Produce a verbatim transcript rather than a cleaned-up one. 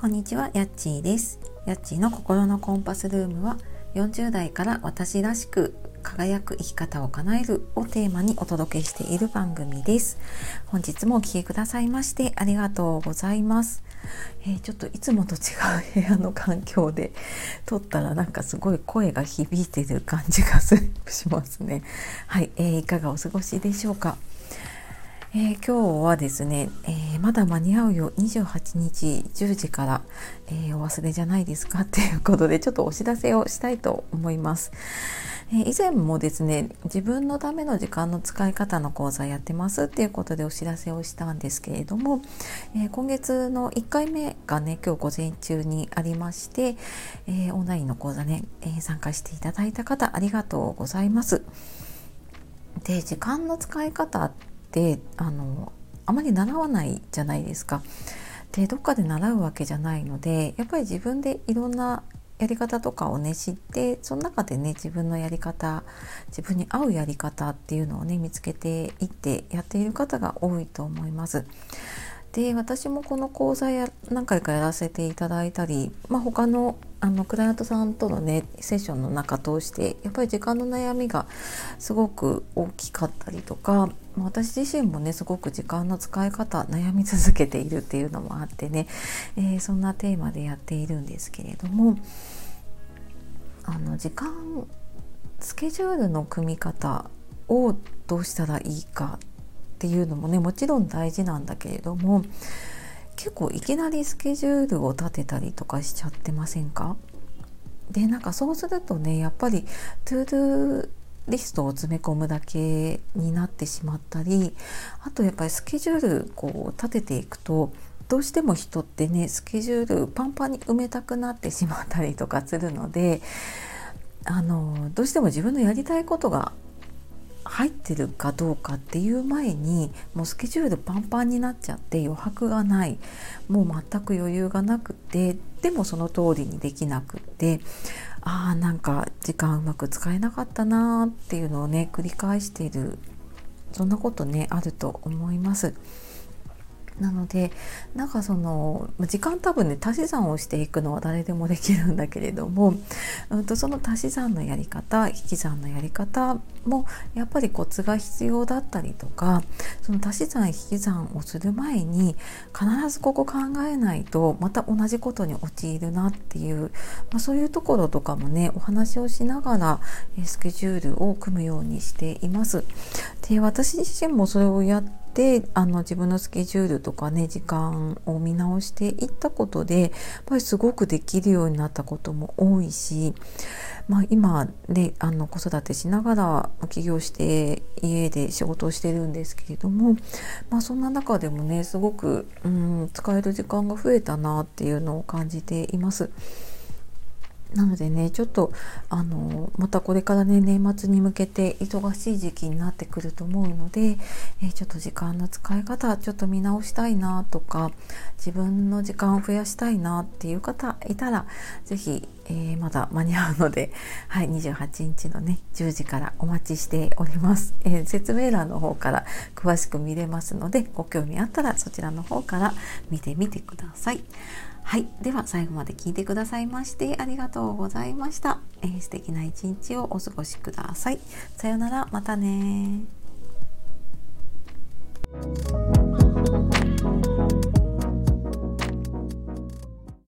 こんにちは、やっちーです。やっちーの心のコンパスルームはよんじゅう代から私らしく輝く生き方を叶えるをテーマにお届けしている番組です。本日もお聞きくださいましてありがとうございます。えー、ちょっといつもと違う部屋の環境で撮ったらなんかすごい声が響いてる感じがしますね。はい、えー、いかがお過ごしでしょうか。えー、今日はですね、えー、まだ間に合うよにじゅうはちにちじゅうじから、えー、お忘れじゃないですかっていうことでちょっとお知らせをしたいと思います。えー、以前もですね、自分のための時間の使い方の講座やってますっていうことでお知らせをしたんですけれども、えー、今月のいっかいめがね、今日午前中にありまして、えー、オンラインの講座ね、えー、参加していただいた方ありがとうございます。で、時間の使い方ってであのあまり習わないじゃないですか。で、どっかで習うわけじゃないので、やっぱり自分でいろんなやり方とかをね知って、その中でね自分のやり方、自分に合うやり方っていうのをね見つけていってやっている方が多いと思います。で、私もこの講座や何回かやらせていただいたり、まあ、他のあのクライアントさんとのねセッションの中通してやっぱり時間の悩みがすごく大きかったりとか、私自身もねすごく時間の使い方悩み続けているっていうのもあってね、えー、そんなテーマでやっているんですけれども、あの時間スケジュールの組み方をどうしたらいいかっていうのもねもちろん大事なんだけれども、結構いきなりスケジュールを立てたりとかしちゃってませんか？で、なんかそうするとねやっぱりトゥードゥーリストを詰め込むだけになってしまったり、あとやっぱりスケジュールこう立てていくとどうしても人ってねスケジュールパンパンに埋めたくなってしまったりとかするので、あのどうしても自分のやりたいことが入ってるかどうかっていう前にもうスケジュールパンパンになっちゃって余白がない、もう全く余裕がなくて、でもその通りにできなくって、あーなんか時間うまく使えなかったなっていうのをね繰り返している、そんなことねあると思います。なのでなんかその時間多分ね足し算をしていくのは誰でもできるんだけれども、うんとその足し算のやり方、引き算のやり方もやっぱりコツが必要だったりとか、その足し算引き算をする前に必ずここ考えないとまた同じことに陥るなっていう、まあ、そういうところとかもねお話をしながらスケジュールを組むようにしています。で、私自身もそれをやってであの自分のスケジュールとかね時間を見直していったことでやっぱりすごくできるようになったことも多いし、まあ、今ねあの子育てしながら起業して家で仕事をしてるんですけれども、まあ、そんな中でもねすごく、うん、使える時間が増えたなっていうのを感じています。なのでねちょっとあのまたこれからね年末に向けて忙しい時期になってくると思うので、えー、ちょっと時間の使い方ちょっと見直したいなとか、自分の時間を増やしたいなっていう方いたらぜひ、えー、まだ間に合うので、はい、にじゅうはちにちのねじゅうじからお待ちしております。えー、説明欄の方から詳しく見れますので、ご興味あったらそちらの方から見てみてください。はい、では最後まで聞いてくださいましてありがとうございました。えー、素敵な一日をお過ごしください。さようなら、またね。